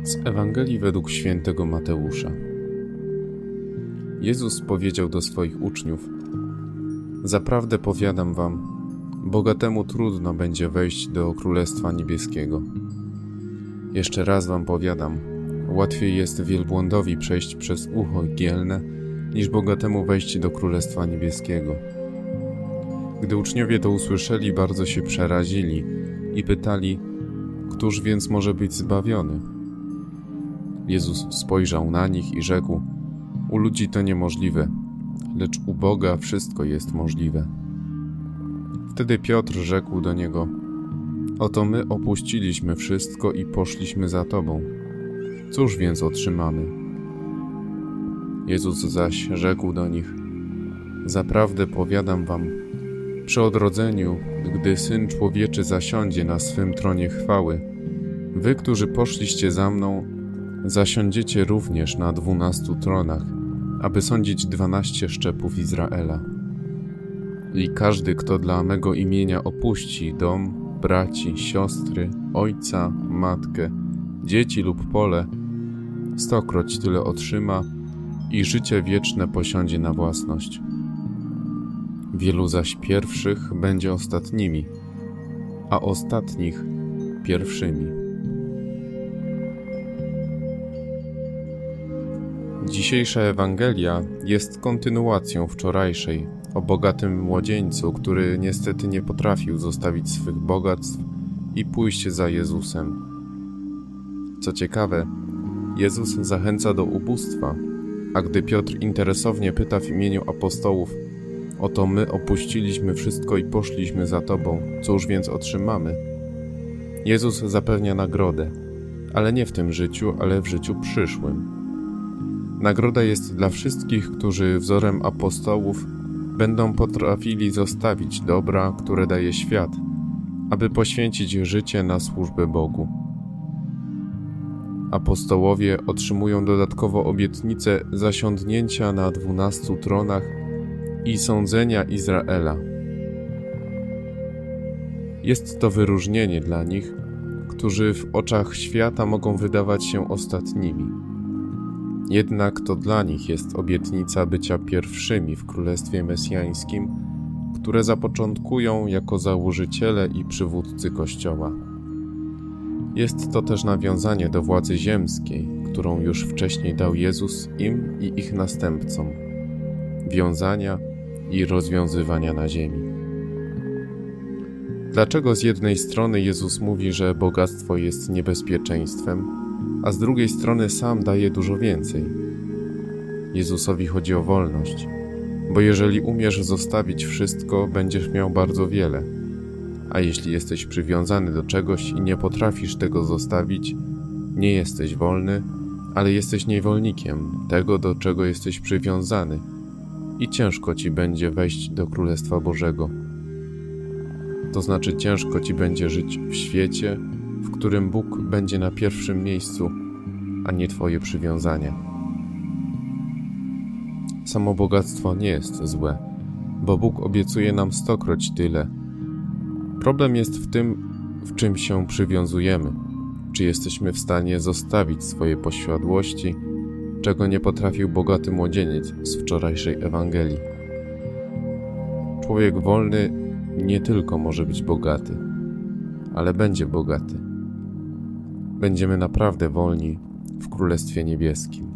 Z Ewangelii według świętego Mateusza. Jezus powiedział do swoich uczniów: Zaprawdę powiadam wam, bogatemu trudno będzie wejść do Królestwa Niebieskiego. Jeszcze raz wam powiadam, łatwiej jest wielbłądowi przejść przez ucho igielne, niż bogatemu wejść do Królestwa Niebieskiego. Gdy uczniowie to usłyszeli, bardzo się przerazili i pytali: Któż więc może być zbawiony? Jezus spojrzał na nich i rzekł: U ludzi to niemożliwe, lecz u Boga wszystko jest możliwe. Wtedy Piotr rzekł do Niego: Oto my opuściliśmy wszystko i poszliśmy za Tobą. Cóż więc otrzymamy? Jezus zaś rzekł do nich: Zaprawdę powiadam wam, przy odrodzeniu, gdy Syn Człowieczy zasiądzie na swym tronie chwały, wy, którzy poszliście za mną, zasiądziecie również na 12 tronach, aby sądzić 12 szczepów Izraela. I każdy, kto dla mego imienia opuści dom, braci, siostry, ojca, matkę, dzieci lub pole, 100-kroć tyle otrzyma i życie wieczne posiądzie na własność. Wielu zaś pierwszych będzie ostatnimi, a ostatnich pierwszymi. Dzisiejsza Ewangelia jest kontynuacją wczorajszej o bogatym młodzieńcu, który niestety nie potrafił zostawić swych bogactw i pójść za Jezusem. Co ciekawe, Jezus zachęca do ubóstwa, a gdy Piotr interesownie pyta w imieniu apostołów: Oto my opuściliśmy wszystko i poszliśmy za Tobą, cóż więc otrzymamy? Jezus zapewnia nagrodę, ale nie w tym życiu, ale w życiu przyszłym. Nagroda jest dla wszystkich, którzy wzorem apostołów będą potrafili zostawić dobra, które daje świat, aby poświęcić życie na służbę Bogu. Apostołowie otrzymują dodatkowo obietnicę zasiądnięcia na 12 tronach i sądzenia Izraela. Jest to wyróżnienie dla nich, którzy w oczach świata mogą wydawać się ostatnimi. Jednak to dla nich jest obietnica bycia pierwszymi w Królestwie Mesjańskim, które zapoczątkują jako założyciele i przywódcy Kościoła. Jest to też nawiązanie do władzy ziemskiej, którą już wcześniej dał Jezus im i ich następcom, wiązania i rozwiązywania na ziemi. Dlaczego z jednej strony Jezus mówi, że bogactwo jest niebezpieczeństwem, a z drugiej strony sam daje dużo więcej? Jezusowi chodzi o wolność, bo jeżeli umiesz zostawić wszystko, będziesz miał bardzo wiele. A jeśli jesteś przywiązany do czegoś i nie potrafisz tego zostawić, nie jesteś wolny, ale jesteś niewolnikiem tego, do czego jesteś przywiązany i ciężko ci będzie wejść do Królestwa Bożego. To znaczy ciężko ci będzie żyć w świecie, w którym Bóg będzie na pierwszym miejscu, a nie twoje przywiązania. Samo bogactwo nie jest złe, bo Bóg obiecuje nam 100-kroć tyle. Problem jest w tym, w czym się przywiązujemy. Czy jesteśmy w stanie zostawić swoje posiadłości, czego nie potrafił bogaty młodzieniec z wczorajszej Ewangelii. Człowiek wolny nie tylko może być bogaty, ale będzie bogaty. Będziemy naprawdę wolni w Królestwie Niebieskim.